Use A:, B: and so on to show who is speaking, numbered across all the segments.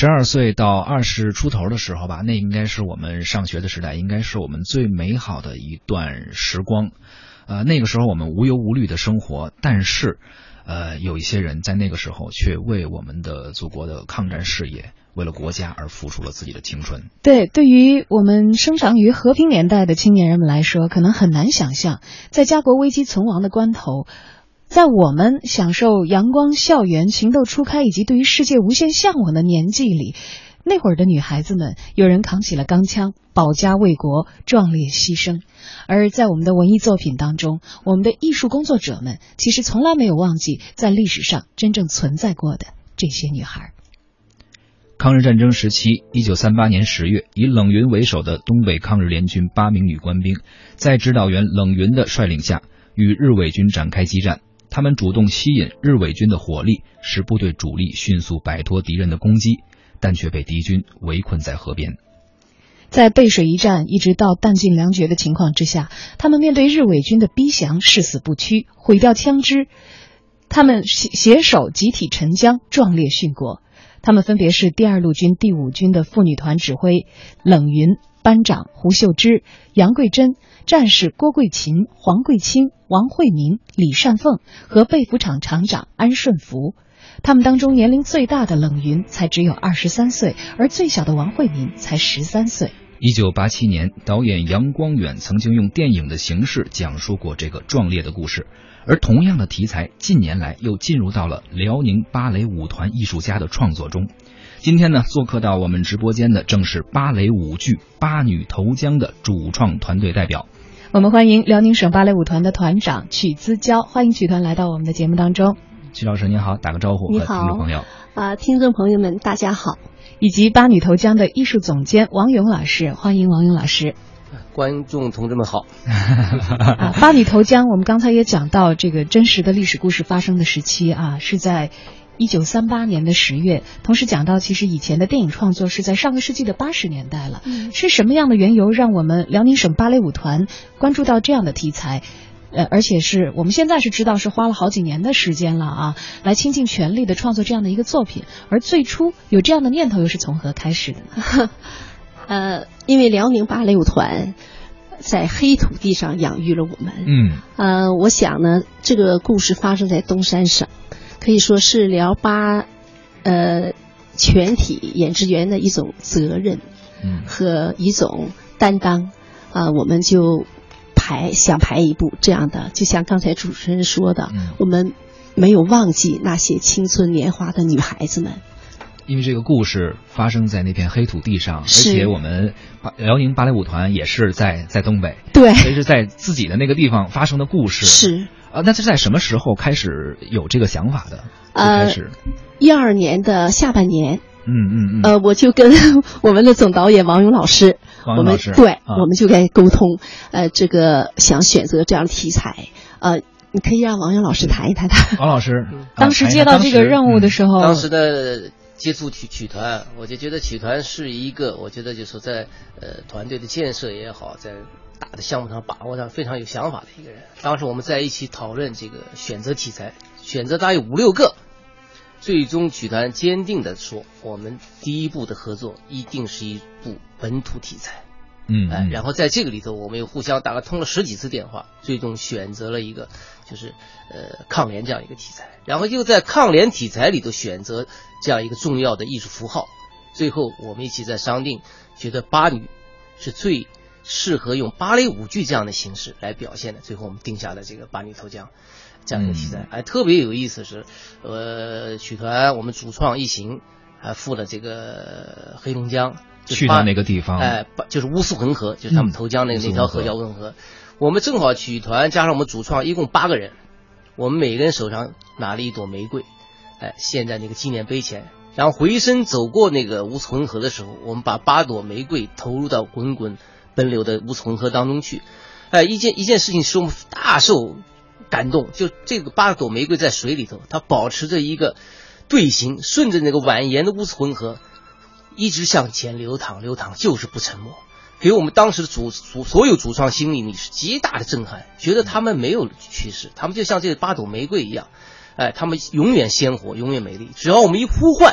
A: 12岁到20出头的时候吧，那应该是我们上学的时代，应该是我们最美好的一段时光。那个时候我们无忧无虑的生活，但是有一些人在那个时候却为我们的祖国的抗战事业，为了国家而付出了自己的青春。
B: 对，对于我们生长于和平年代的青年人们来说，可能很难想象，在家国危机存亡的关头，在我们享受阳光校园、情窦初开以及对于世界无限向往的年纪里，那会儿的女孩子们，有人扛起了钢枪，保家卫国，壮烈牺牲。而在我们的文艺作品当中，我们的艺术工作者们其实从来没有忘记在历史上真正存在过的这些女孩。
A: 抗日战争时期，1938年10月，以冷云为首的东北抗日联军8名女官兵，在指导员冷云的率领下，与日伪军展开激战。他们主动吸引日伪军的火力，使部队主力迅速摆脱敌人的攻击，但却被敌军围困在河边。
B: 在背水一战一直到弹尽粮绝的情况之下，他们面对日伪军的逼降誓死不屈，毁掉枪支，他们携手集体沉江，壮烈殉国。他们分别是第2陆军第5军的妇女团指挥冷云、班长胡秀芝、杨桂珍，战士郭桂琴、黄桂清、王惠民、李善凤和被服厂厂长安顺福。他们当中年龄最大的冷云才只有23岁，而最小的王惠民才13岁。
A: 1987年，导演杨光远曾经用电影的形式讲述过这个壮烈的故事，而同样的题材近年来又进入到了辽宁芭蕾舞团艺术家的创作中。今天呢，做客到我们直播间的正是芭蕾舞剧《八女投江》的主创团队代表。
B: 我们欢迎辽宁省芭蕾舞团的团长曲姿娇，欢迎曲团来到我们的节目当中。
A: 曲老师您好，打个招呼和听众朋友。
C: 听众朋友们大家好。
B: 以及八女投江的艺术总监王勇老师，欢迎王勇老师。
D: 观众同志们好。
B: 八女投江我们刚才也讲到，这个真实的历史故事发生的时期啊，是在1938年的10月，同时讲到其实以前的电影创作是在上个世纪的80年代了。是什么样的缘由让我们辽宁省芭蕾舞团关注到这样的题材？而且是我们现在是知道是花了好几年的时间了啊，来倾尽全力的创作这样的一个作品。而最初有这样的念头又是从何开始的
C: 呢？因为辽宁芭蕾舞团在黑土地上养育了我们。我想呢，这个故事发生在东三省，可以说是辽芭全体演职员的一种责任和一种担当我们就想排一部这样的，就像刚才主持人说的，我们没有忘记那些青春年华的女孩子们。
A: 因为这个故事发生在那片黑土地上，而且我们辽宁芭蕾舞团也是在东北，
C: 对，
A: 所以是在自己的那个地方发生的故事。
C: 是
A: 那是在什么时候开始有这个想法的？开始
C: 12年的下半年。我就跟我们的总导演王勇老师，我们就该沟通，这个想选择这样的题材，你可以让王勇老师谈一谈他。
A: 王老师，
B: 当时接到这个任务的时候，
D: 当时的接触曲团，我就觉得曲团是一个，我觉得就是说在团队的建设也好，在大的项目上把握上非常有想法的一个人。当时我们在一起讨论这个选择题材，选择大约5、6个。最终曲团坚定地说，我们第一部的合作一定是一部本土题材。然后在这个里头，我们又互相打通了10几次电话，最终选择了一个就是抗联这样一个题材，然后又在抗联题材里头选择这样一个重要的艺术符号。最后我们一起在商定，觉得八女是最适合用芭蕾舞剧这样的形式来表现的。最后我们定下了这个八女投江这样一个题材。特别有意思是，曲团我们主创一行还赴了这个黑龙江，
A: 去到那个地方，
D: 就是乌苏浑河，就是他们投江那条河叫温河。我们正好曲团加上我们主创一共8个人，我们每个人手上拿了一朵玫瑰，献在那个纪念碑前。然后回身走过那个乌苏浑河的时候，我们把8朵玫瑰投入到滚滚奔流的乌苏浑河当中去。一件事情使我们大受感动，就这个8朵玫瑰在水里头，它保持着一个队形，顺着那个蜿蜒的乌苏浑河一直向前流淌，就是不沉没，给我们当时的所有主创心里是极大的震撼，觉得他们没有去世，他们就像这8朵玫瑰一样，他们永远鲜活，永远美丽。只要我们一呼唤，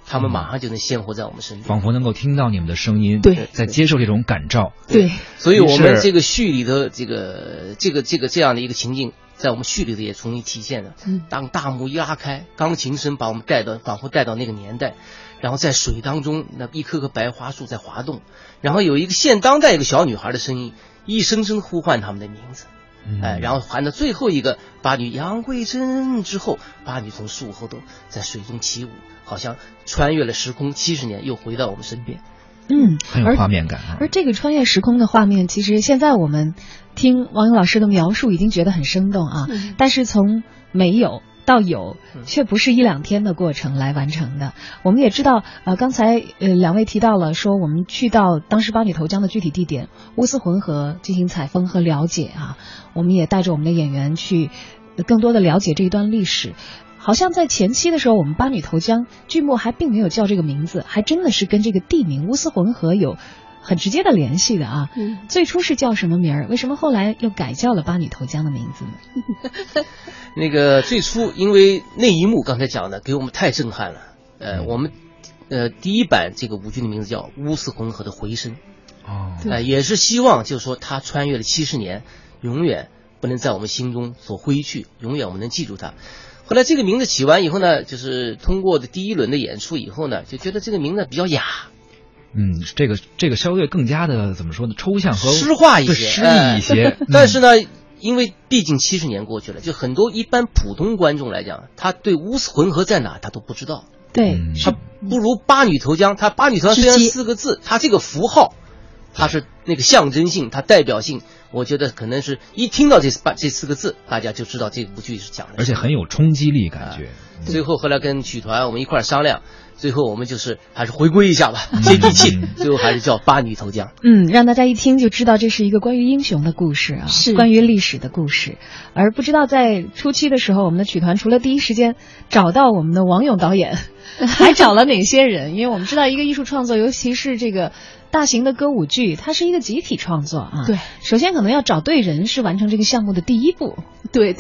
D: 他们马上就能鲜活在我们身边，
A: 仿佛能够听到你们的声音，
B: 对，
A: 在接受这种感召。
B: 对，
D: 所以我们这个序里的这样的一个情境，在我们序里头也重新体现了。当大幕一拉开，钢琴声把我们仿佛带到那个年代，然后在水当中，那一棵棵白桦树在滑动，然后有一个现当代一个小女孩的声音，一声声呼唤他们的名字。然后喊到最后一个八女杨贵珍之后，八女从树后头在水中起舞，好像穿越了时空70年，又回到我们身边。
A: 很有画面感啊。
B: 而这个穿越时空的画面，其实现在我们听王勇老师的描述已经觉得很生动啊。但是从没有到有，却不是1-2天的过程来完成的。我们也知道，刚才两位提到了说，我们去到当时八女投江的具体地点乌斯浑河进行采风和了解啊。我们也带着我们的演员去更多的了解这一段历史。好像在前期的时候，我们八女投江剧目还并没有叫这个名字，还真的是跟这个地名乌斯浑河有很直接的联系的啊。最初是叫什么名儿？为什么后来又改叫了八女投江的名字呢？
D: 那个最初因为那一幕刚才讲的给我们太震撼了。我们第一版这个舞剧的名字叫乌斯浑河的回声。也是希望就是说他穿越了70年，永远不能在我们心中所挥去，永远我们能记住他。后来这个名字起完以后呢，就是通过的第一轮的演出以后呢，就觉得这个名字比较雅。
A: 这个相对更加的怎么说呢？抽象和
D: 诗化一些，
A: 诗意一些。
D: 但是呢，因为毕竟70年过去了，就很多一般普通观众来讲，他对乌斯浑河在哪他都不知道。
B: 对，
D: 他不如八女投江。他八女投江虽然4个字，他这个符号，它是那个象征性，它代表性，我觉得可能是一听到这4个字，大家就知道这部剧是讲的，
A: 而且很有冲击力感觉。
D: 最后来跟曲团我们一块商量，最后我们就是还是回归一下吧，接地气，最后还是叫八女投江。
B: 让大家一听就知道这是一个关于英雄的故事啊，是关于历史的故事。而不知道在初期的时候，我们的曲团除了第一时间找到我们的王勇导演，还找了哪些人？因为我们知道一个艺术创作，尤其是这个大型的歌舞剧，它是一个集体创作啊。
C: 对，
B: 首先可能要找对人，是完成这个项目的第一步。
C: 对。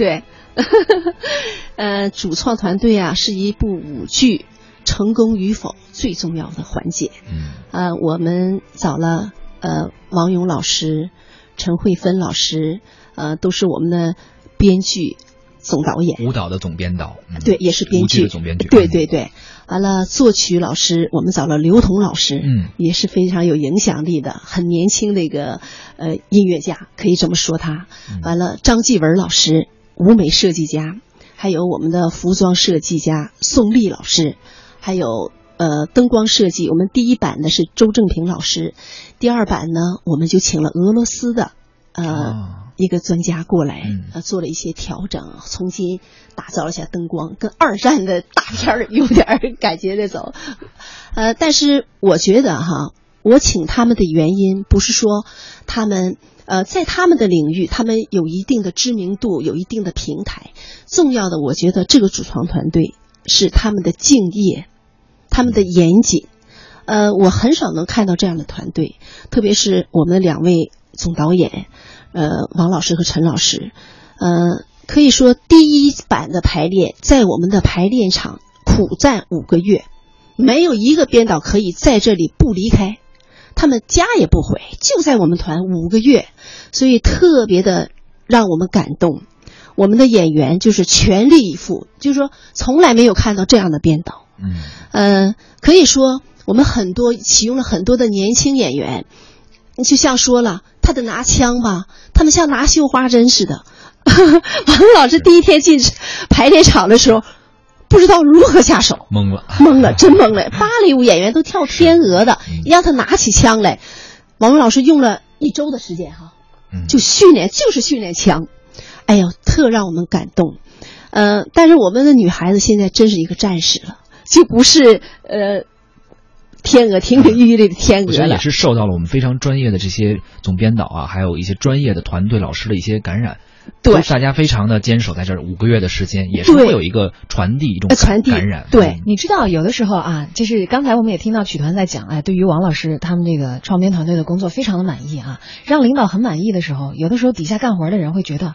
C: 主创团队啊，是一部舞剧成功与否最重要的环节。我们找了王勇老师、陈慧芬老师，都是我们的编剧、总导演，
A: 舞蹈的总编导，
C: 对，也是编剧
A: 的总编剧，
C: 对。完了，作曲老师我们找了刘同老师，也是非常有影响力的，很年轻的一个音乐家，可以这么说他。完了，张继文老师，舞美设计家，还有我们的服装设计家宋丽老师，还有灯光设计，我们第一版的是周正平老师，第二版呢我们就请了俄罗斯的一个专家过来，做了一些调整，重新打造了一下灯光，跟2战的大片儿有点感觉那种。但是我觉得我请他们的原因不是说他们在他们的领域他们有一定的知名度，有一定的平台，重要的我觉得这个主创团队是他们的敬业，他们的严谨。我很少能看到这样的团队，特别是我们的2位总导演王老师和陈老师。可以说第一版的排练在我们的排练场苦战5个月，没有一个编导可以在这里不离开，他们家也不回，就在我们团5个月，所以特别的让我们感动。我们的演员就是全力以赴，就是说从来没有看到这样的编导。可以说我们启用了很多的年轻演员，就像说了他的拿枪吧，他们像拿绣花针似的。王老师第一天进排练场的时候不知道如何下手，懵了，真懵了。芭蕾舞演员都跳天鹅的，让他拿起枪来，王老师用了1周的时间就训练枪。哎呦，特让我们感动。但是我们的女孩子现在真是一个战士了，就不是天鹅亭亭玉立的天鹅了。
A: 我觉得也是受到了我们非常专业的这些总编导啊，还有一些专业的团队老师的一些感染。
C: 对，
A: 大家非常的坚守在这5个月的时间，也是会有一个传递一种感染。
B: 对，你知道有的时候就是刚才我们也听到曲团在讲，对于王老师他们这个创编团队的工作非常的满意让领导很满意的时候，有的时候底下干活的人会觉得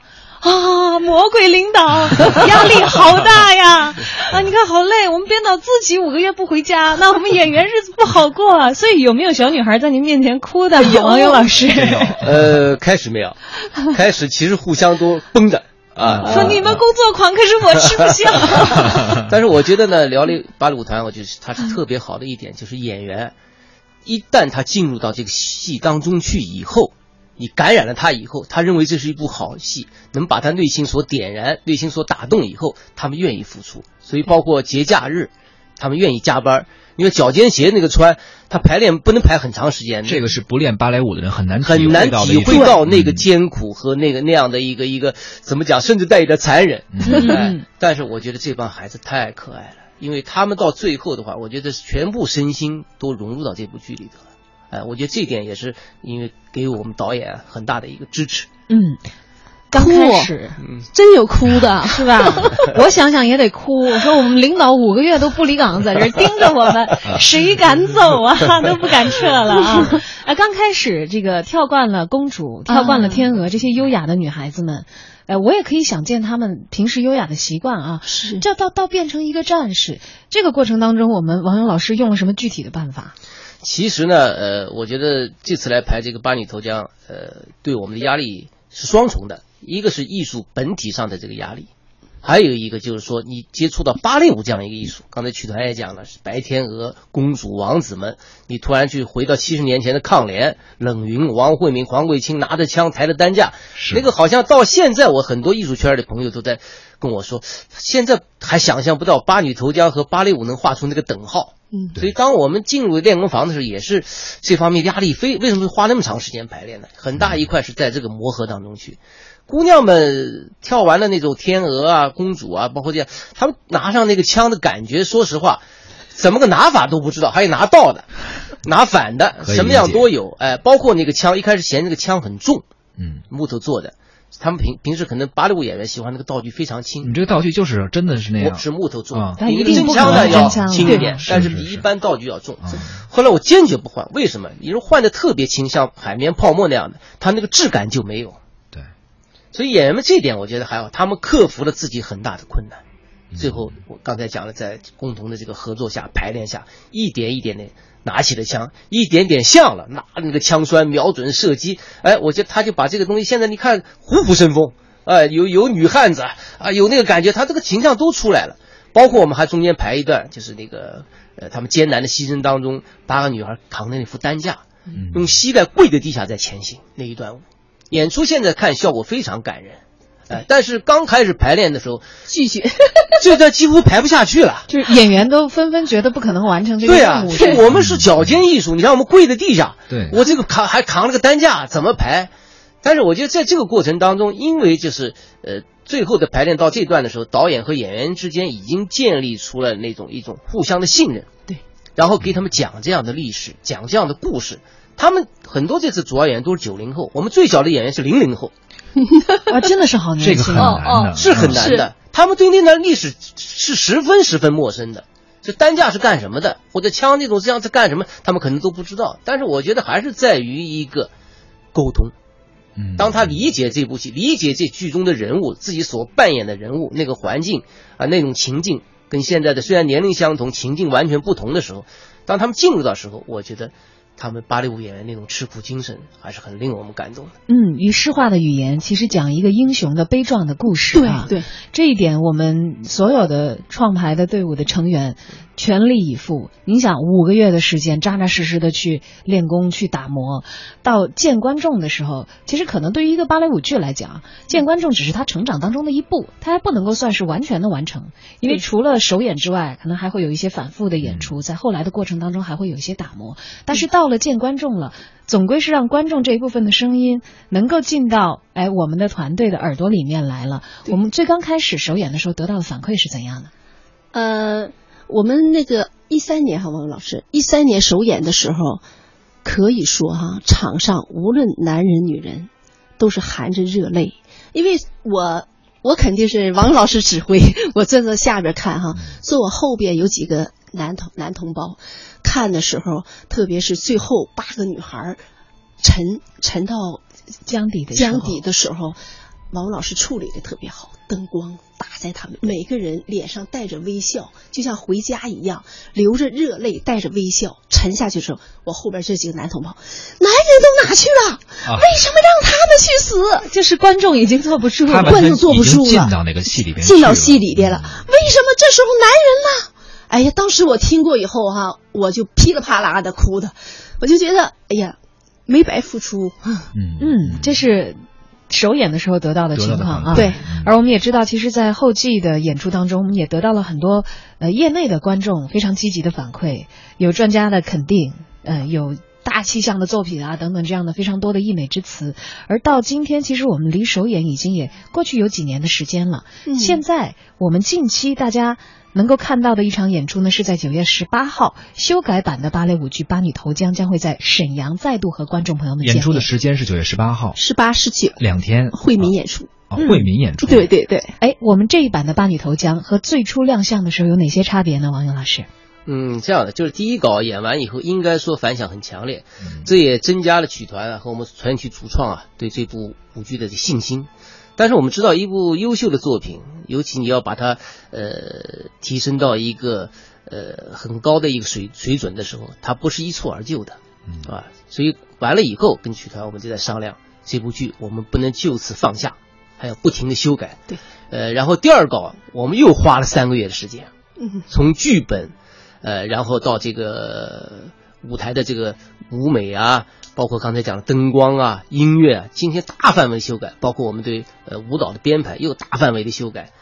B: 啊，魔鬼领导，压力好大呀！啊，你看好累，我们编导自己5个月不回家，那我们演员日子不好过啊。所以有没有小女孩在您面前哭的？王勇老师，
D: 开始没有，开始其实互相都绷着。
B: 说你们工作狂，可是我吃不消。
D: 但是我觉得呢，辽宁芭蕾舞团，我觉得它是特别好的一点，就是演员一旦他进入到这个戏当中去以后，你感染了他以后，他认为这是一部好戏，能把他内心所点燃、内心所打动以后，他们愿意付出。所以包括节假日，他们愿意加班。因为脚尖鞋那个穿，他排练不能排很长时间，
A: 这个是不练芭蕾舞的人很难
D: 体会到那个艰苦和那样的一个怎么讲，甚至带有点残忍。但是我觉得这帮孩子太可爱了，因为他们到最后的话，我觉得全部身心都融入到这部剧里头了。我觉得这点也是因为给我们导演很大的一个支持。
B: 刚开始
C: 真有哭的
B: 是吧？我想想也得哭。我说我们领导5个月都不离岗，在这儿盯着我们，谁敢走啊？都不敢撤了啊！刚开始这个跳惯了公主，跳惯了天鹅，这些优雅的女孩子们，我也可以想见她们平时优雅的习惯啊。
C: 是，
B: 这到变成一个战士，这个过程当中，我们王勇老师用了什么具体的办法？
D: 其实呢，我觉得这次来排这个八女投江，对我们的压力是双重的。一个是艺术本体上的这个压力，还有一个就是说你接触到芭蕾舞这样一个艺术，刚才曲团也讲了，是白天鹅、公主、王子们，你突然去回到70年前的抗联，冷云、王慧明、黄桂清拿着枪抬着担架，那个好像到现在我很多艺术圈的朋友都在跟我说，现在还想象不到八女投江和芭蕾舞能画出那个等号。所以当我们进入练功房的时候，也是这方面压力为什么花那么长时间排练呢？很大一块是在这个磨合当中去。姑娘们跳完了那种天鹅啊、公主啊，包括这样，她们拿上那个枪的感觉，说实话，怎么个拿法都不知道，还有拿倒的、拿反的，什么样都有。包括那个枪，一开始嫌那个枪很重，木头做的。他们平时可能芭蕾舞演员喜欢那个道具非常轻，
A: 你这个道具就是真的是那样，
D: 是木头做的，
B: 比
D: 真枪呢要轻一点，但是比一般道具要重。后来我坚决不换，为什么？你说换的特别轻，像海绵泡沫那样的，它那个质感就没有。
A: 对，
D: 所以演员们这点我觉得还好，他们克服了自己很大的困难。最后我刚才讲了，在共同的这个合作下、排练下，一点一点的拿起了枪，一点点像了，拿那个枪栓瞄准射击。我觉得他就把这个东西，现在你看虎虎生风，有女汉子啊，有那个感觉，他这个形象都出来了。包括我们还中间排一段，就是那个他们艰难的牺牲当中，8个女孩扛着那副担架，用膝盖跪在地下在前行那一段舞，演出现在看效果非常感人。但是刚开始排练的时候，
B: 拒绝，
D: 这几乎排不下去了，
B: 就是演员都纷纷觉得不可能完成这个任务。
D: 对啊，我们是脚尖艺术，你让我们跪在地下，
A: 对，
D: 我这个还扛了个担架，怎么排？但是我觉得在这个过程当中，因为就是最后的排练到这段的时候，导演和演员之间已经建立出了一种互相的信任，
B: 对，
D: 然后给他们讲这样的历史，讲这样的故事。他们很多这次主要演员都是90后，我们最小的演员是00后。
B: 真的是好年轻，
A: 这个很难的，
D: 是很难的。他们对那段历史是十分陌生的，这担架是干什么的，或者枪这种这样是干什么，他们可能都不知道。但是我觉得还是在于一个沟通。当他理解这部戏，理解这剧中的人物，自己所扮演的人物，那个环境啊，那种情境跟现在的虽然年龄相同，情境完全不同的时候，当他们进入到时候，我觉得他们芭蕾舞演员那种吃苦精神还是很令我们感动的。
B: 与诗化的语言其实讲一个英雄的悲壮的故事啊。
C: 对，
B: 这一点我们所有的创排的队伍的成员全力以赴。您想5个月的时间扎扎实实的去练功去打磨，到见观众的时候，其实可能对于一个芭蕾舞剧来讲，见观众只是他成长当中的一步，他还不能够算是完全的完成，因为除了首演之外，可能还会有一些反复的演出，在后来的过程当中还会有一些打磨。但是到了见观众了，总归是让观众这一部分的声音能够进到我们的团队的耳朵里面来了。我们最刚开始首演的时候得到的反馈是怎样的？
C: 我们那个13年王老师13年首演的时候，可以说场上无论男人女人都是含着热泪，因为我肯定是王老师指挥，我站在下边看坐我后边有几个男同胞，看的时候，特别是最后8个女孩沉到
B: 江底的时候，
C: 王老师处理的特别好，灯光打在他们每个人脸上带着微笑，就像回家一样，流着热泪，带着微笑沉下去的时候，我后边这几个男同胞，男人都哪去了？为什么让他们去死？
B: 就是观众已经坐不住了，
C: 观众坐不住了，
A: 进到那个戏里边，
C: 进到戏里边了。为什么这时候男人呢？哎呀，当时我听过以后我就噼里啪啦的哭的，我就觉得哎呀，没白付出。
B: 这是首演的时候得到的情况啊。
C: 对，
B: 而我们也知道，其实在后继的演出当中，我们也得到了很多业内的观众非常积极的反馈，有专家的肯定，有大气象的作品啊等等这样的非常多的溢美之词。而到今天，其实我们离首演已经也过去有几年的时间了。现在我们近期大家能够看到的一场演出呢，是在9月18号修改版的芭蕾舞剧《八女投江》将会在沈阳再度和观众朋友们见面。
A: 演出的时间是9月18号
C: 18、19
A: 2天
C: 惠民演出。
A: 惠民演出。
C: 对对对。
B: 我们这一版的《八女投江》和最初亮相的时候有哪些差别呢？王勇老师。
D: 这样的，就是第一稿演完以后，应该说反响很强烈，这也增加了曲团和我们传曲主创对这部舞剧的信心。但是我们知道，一部优秀的作品，尤其你要把它提升到一个很高的一个水准的时候，它不是一蹴而就的，所以完了以后跟曲团我们就在商量，这部剧我们不能就此放下，还要不停的修改。
C: 对，
D: 然后第二稿我们又花了3个月的时间，从剧本然后到这个舞台的这个舞美啊，包括刚才讲的灯光啊、音乐啊，今天大范围修改，包括我们对舞蹈的编排又大范围的修改。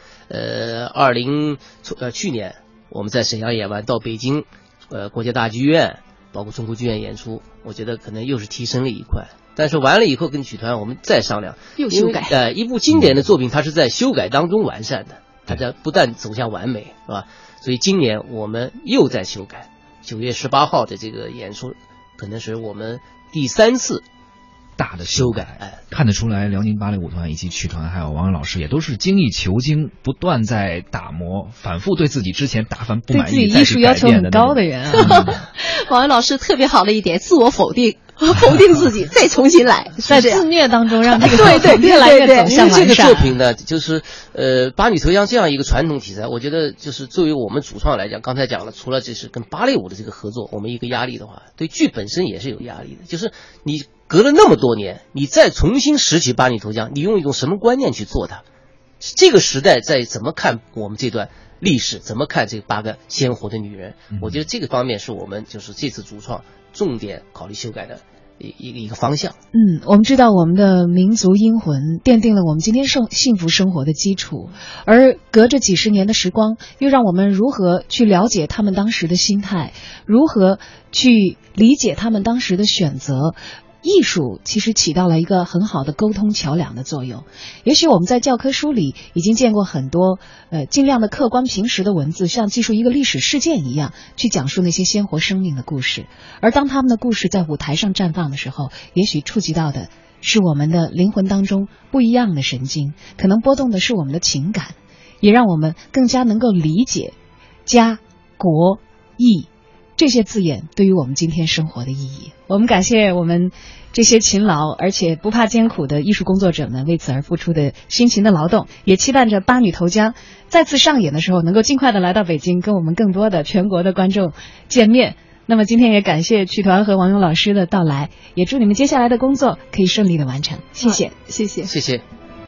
D: 去年我们在沈阳演完，到北京国家大剧院，包括中国剧院演出，我觉得可能又是提升了一块。但是完了以后跟曲团我们再商量，
C: 又修改。
D: 一部经典的作品，它是在修改当中完善的，它在不断走向完美，是吧？所以今年我们又在修改，9月18号的这个演出，可能是我们第3次
A: 大的修改。看得出来，辽宁芭蕾舞团以及曲团还有王勇老师也都是精益求精，不断在打磨，反复对自己之前打翻不满意，
B: 对自己艺术要求很高的人
C: 王勇老师特别好的一点，自我否定自己，再重新来，
B: 在自虐当中让这个
C: 对
B: 越来越走向完善。
D: 这个作品呢，就是八女投江这样一个传统题材，我觉得就是作为我们主创来讲，刚才讲了，除了这是跟芭蕾舞的这个合作，我们一个压力的话，对剧本身也是有压力的，就是你隔了那么多年，你再重新拾起八女投江，你用一种什么观念去做它？这个时代在怎么看我们这段历史，怎么看这8个鲜活的女人？我觉得这个方面是我们就是这次主创重点考虑修改的一个方向。
B: 我们知道我们的民族英魂奠定了我们今天幸福生活的基础，而隔着几十年的时光，又让我们如何去了解他们当时的心态，如何去理解他们当时的选择。艺术其实起到了一个很好的沟通桥梁的作用。也许我们在教科书里已经见过很多尽量的客观平实的文字，像记述一个历史事件一样去讲述那些鲜活生命的故事，而当他们的故事在舞台上绽放的时候，也许触及到的是我们的灵魂当中不一样的神经，可能波动的是我们的情感，也让我们更加能够理解家、国、义这些字眼对于我们今天生活的意义。我们感谢我们这些勤劳而且不怕艰苦的艺术工作者们为此而付出的辛勤的劳动，也期盼着八女投江再次上演的时候能够尽快的来到北京，跟我们更多的全国的观众见面。那么今天也感谢曲团和王勇老师的到来，也祝你们接下来的工作可以顺利的完成。谢谢。
C: 谢谢。
D: 谢谢。